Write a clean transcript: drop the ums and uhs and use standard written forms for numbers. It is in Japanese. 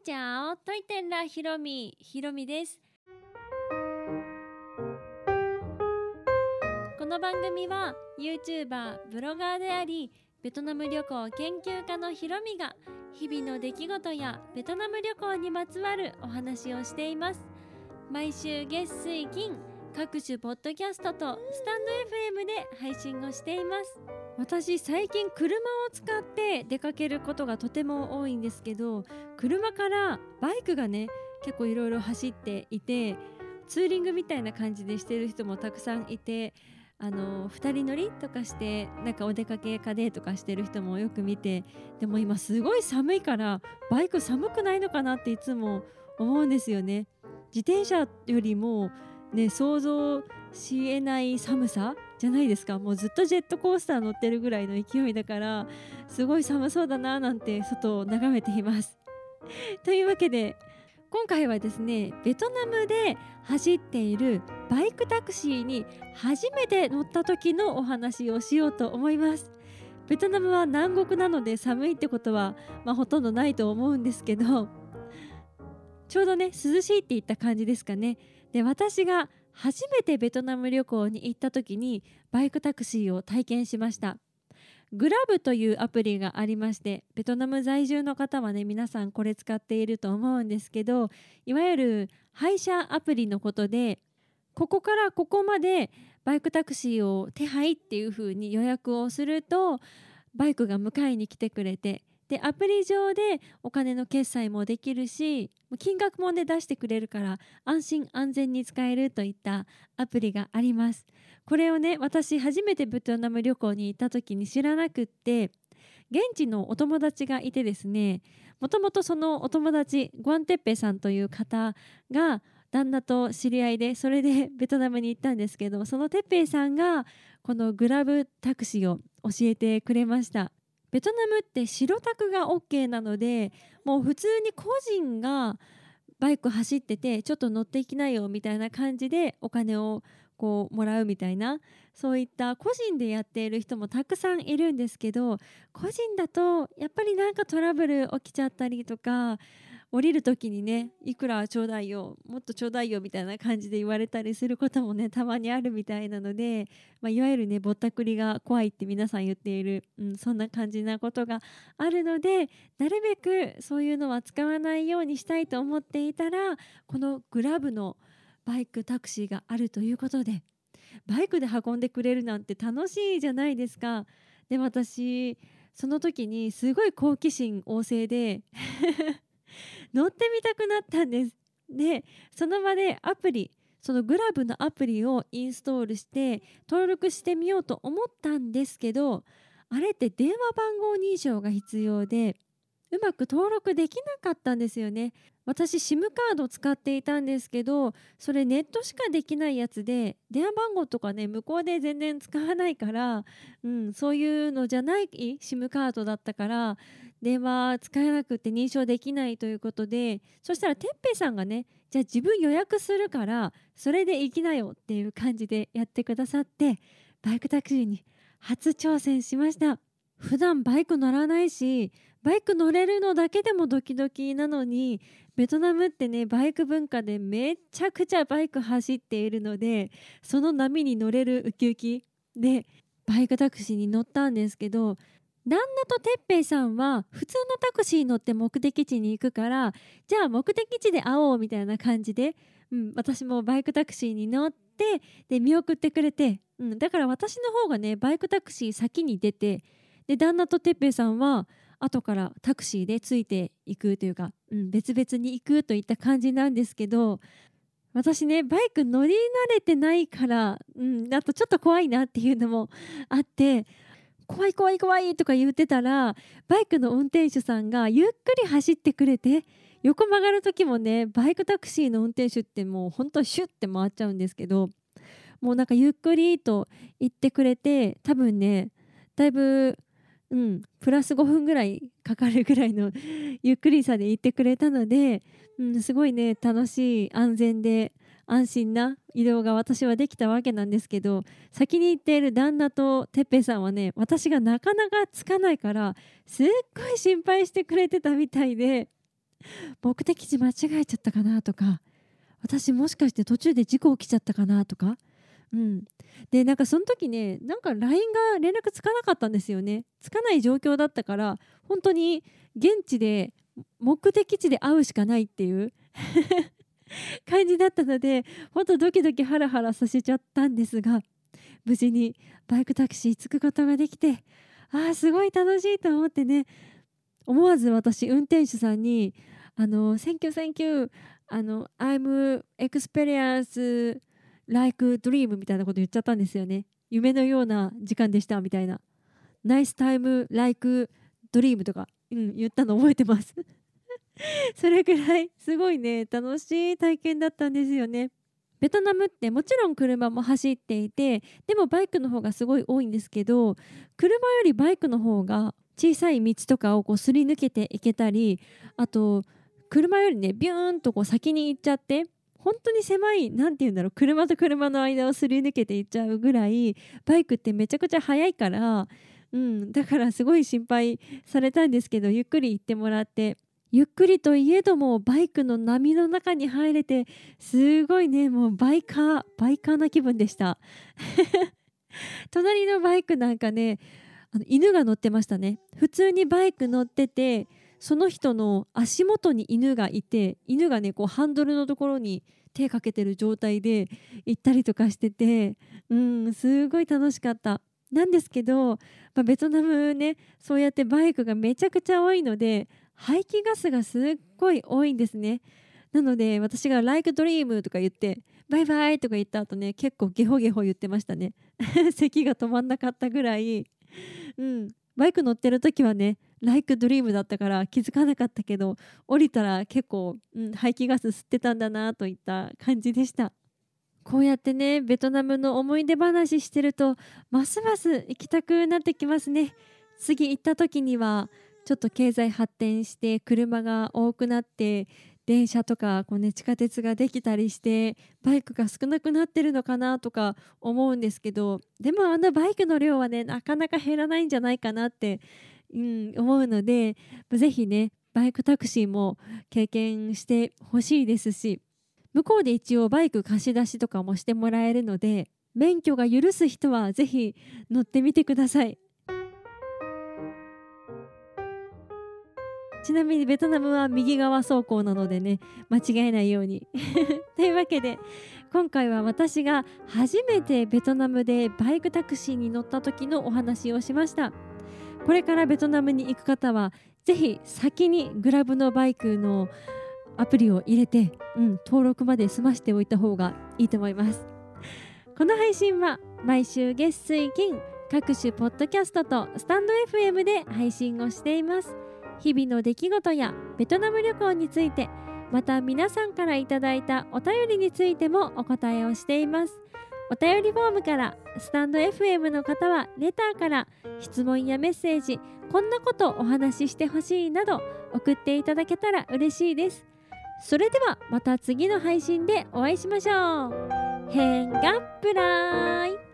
んちゃおといてんらひろみです。この番組は YouTuber ブロガーでありベトナム旅行研究家のひろみが日々の出来事やベトナム旅行にまつわるお話をしています。毎週月水金各種ポッドキャストとスタンド FM で配信をしています。私最近車を使って出かけることがとても多いんですけど、車からバイクがね結構いろいろ走っていて、ツーリングみたいな感じでしてる人もたくさんいて、2人乗りとかしてなんかお出かけかでとかしてる人もよく見て、でも今すごい寒いからバイク寒くないのかなっていつも思うんですよね。自転車よりもね想像しえない寒さじゃないですか。もうずっとジェットコースター乗ってるぐらいの勢いだから、すごい寒そうだななんて外を眺めていますというわけで今回はですね、ベトナムで走っているバイクタクシーに初めて乗った時のお話をしようと思います。ベトナムは南国なので寒いってことは、ほとんどないと思うんですけど、ちょうどね涼しいって言った感じですかね。で、私が初めてベトナム旅行に行った時にバイクタクシーを体験しました。グラブというアプリがありまして、ベトナム在住の方はね皆さんこれ使っていると思うんですけど、いわゆる配車アプリのことで、ここからここまでバイクタクシーを手配っていう風に予約をするとバイクが迎えに来てくれて、でアプリ上でお金の決済もできるし、金額もね出してくれるから安心安全に使えるといったアプリがあります。これをね私初めてベトナム旅行に行った時に知らなくって、現地のお友達がいてですね、もともとそのお友達グアンテッペイさんという方が旦那と知り合いで、それでベトナムに行ったんですけど、そのテッペイさんがこのグラブタクシーを教えてくれました。ベトナムって白タクが OK なので、もう普通に個人がバイク走っててちょっと乗っていきなよみたいな感じでお金をこうもらうみたいな、そういった個人でやっている人もたくさんいるんですけど、個人だとやっぱりなんかトラブル起きちゃったりとか、降りる時にねいくらちょうだいよもっとちょうだいよみたいな感じで言われたりすることもねたまにあるみたいなので、いわゆるねぼったくりが怖いって皆さん言っている、そんな感じなことがあるので、なるべくそういうのは使わないようにしたいと思っていたら、このグラブのバイクタクシーがあるということで、バイクで運んでくれるなんて楽しいじゃないですか。で、私その時にすごい好奇心旺盛で乗ってみたくなったんです。で、その場でそのグラブのアプリをインストールして登録してみようと思ったんですけど、あれって電話番号認証が必要でうまく登録できなかったんですよね。私 SIM カードを使っていたんですけど、それネットしかできないやつで電話番号とかね向こうで全然使わないから、そういうのじゃない SIM カードだったから電話使えなくて認証できないということで、そしたらてっぺいさんがね、じゃあ自分予約するからそれで行きなよっていう感じでやってくださって、バイクタクシーに初挑戦しました。普段バイク乗らないし、バイク乗れるのだけでもドキドキなのに、ベトナムってねバイク文化でめちゃくちゃバイク走っているので、その波に乗れるウキウキでバイクタクシーに乗ったんですけど、旦那とてっぺいさんは普通のタクシーに乗って目的地に行くから、じゃあ目的地で会おうみたいな感じで、私もバイクタクシーに乗ってで見送ってくれて、だから私の方がねバイクタクシー先に出て、で旦那とてっぺいさんは後からタクシーでついていくというか、別々に行くといった感じなんですけど、私ねバイク乗り慣れてないから、あとちょっと怖いなっていうのもあって、怖い怖い怖いとか言ってたら、バイクの運転手さんがゆっくり走ってくれて、横曲がる時もねバイクタクシーの運転手ってもうほんとシュッて回っちゃうんですけど、もうなんかゆっくりと言ってくれて、多分ねだいぶプラス5分ぐらいかかるぐらいのゆっくりさで行ってくれたので、すごいね楽しい安全で安心な移動が私はできたわけなんですけど、先に行っている旦那とてっぺいさんはね私がなかなかつかないからすっごい心配してくれてたみたいで、 目的地間違えちゃったかなとか、私もしかして途中で事故起きちゃったかなとか、でなんかその時ね、なんか LINE が連絡つかなかったんですよね。つかない状況だったから、本当に現地で目的地で会うしかないっていう感じだったので、本当ドキドキハラハラさせちゃったんですが、無事にバイクタクシー着くことができて、すごい楽しいと思ってね、思わず私運転手さんにThank you, thank you. I'm experience like dream みたいなこと言っちゃったんですよね。夢のような時間でしたみたいな。Nice time like dream とか、言ったの覚えてますそれぐらいすごいね、楽しい体験だったんですよね。ベトナムってもちろん車も走っていて、でもバイクの方がすごい多いんですけど、車よりバイクの方が小さい道とかをこうすり抜けていけたり、あと車よりねビューンとこう先に行っちゃって、本当に狭い、なんて言うんだろう、車と車の間をすり抜けていっちゃうぐらいバイクってめちゃくちゃ速いから、だからすごい心配されたんですけど、ゆっくり行ってもらって、ゆっくりといえどもバイクの波の中に入れて、すごいね、もうバイカーな気分でした隣のバイクなんかね、犬が乗ってましたね。普通にバイク乗ってて、その人の足元に犬がいて、犬がねこうハンドルのところに手かけてる状態で行ったりとかしてて、すごい楽しかった。なんですけど、ベトナムね、そうやってバイクがめちゃくちゃ多いので、排気ガスがすっごい多いんですね。なので私が Like Dream とか言ってバイバイとか言った後ね、結構ゲホゲホ言ってましたね咳が止まんなかったぐらい、バイク乗ってる時はね Like Dream だったから気づかなかったけど、降りたら結構、排気ガス吸ってたんだなといった感じでした。こうやってねベトナムの思い出話してると、ますます行きたくなってきますね。次行った時にはちょっと経済発展して車が多くなって、電車とかこう、地下鉄ができたりしてバイクが少なくなってるのかなとか思うんですけど、でもバイクの量はねなかなか減らないんじゃないかなって、思うので、ぜひねバイクタクシーも経験してほしいですし、向こうで一応バイク貸し出しとかもしてもらえるので、免許が許す人はぜひ乗ってみてください。ちなみにベトナムは右側走行なのでね、間違えないようにというわけで、今回は私が初めてベトナムでバイクタクシーに乗った時のお話をしました。これからベトナムに行く方はぜひ先にグラブのバイクのアプリを入れて、登録まで済ましておいた方がいいと思います。この配信は毎週月水金各種ポッドキャストとスタンド FM で配信をしています。日々の出来事やベトナム旅行について、また皆さんからいただいたお便りについてもお答えをしています。お便りフォームから、スタンド FM の方はレターから質問やメッセージ、こんなことお話ししてほしいなど送っていただけたら嬉しいです。それではまた次の配信でお会いしましょう。変がっぷらーい。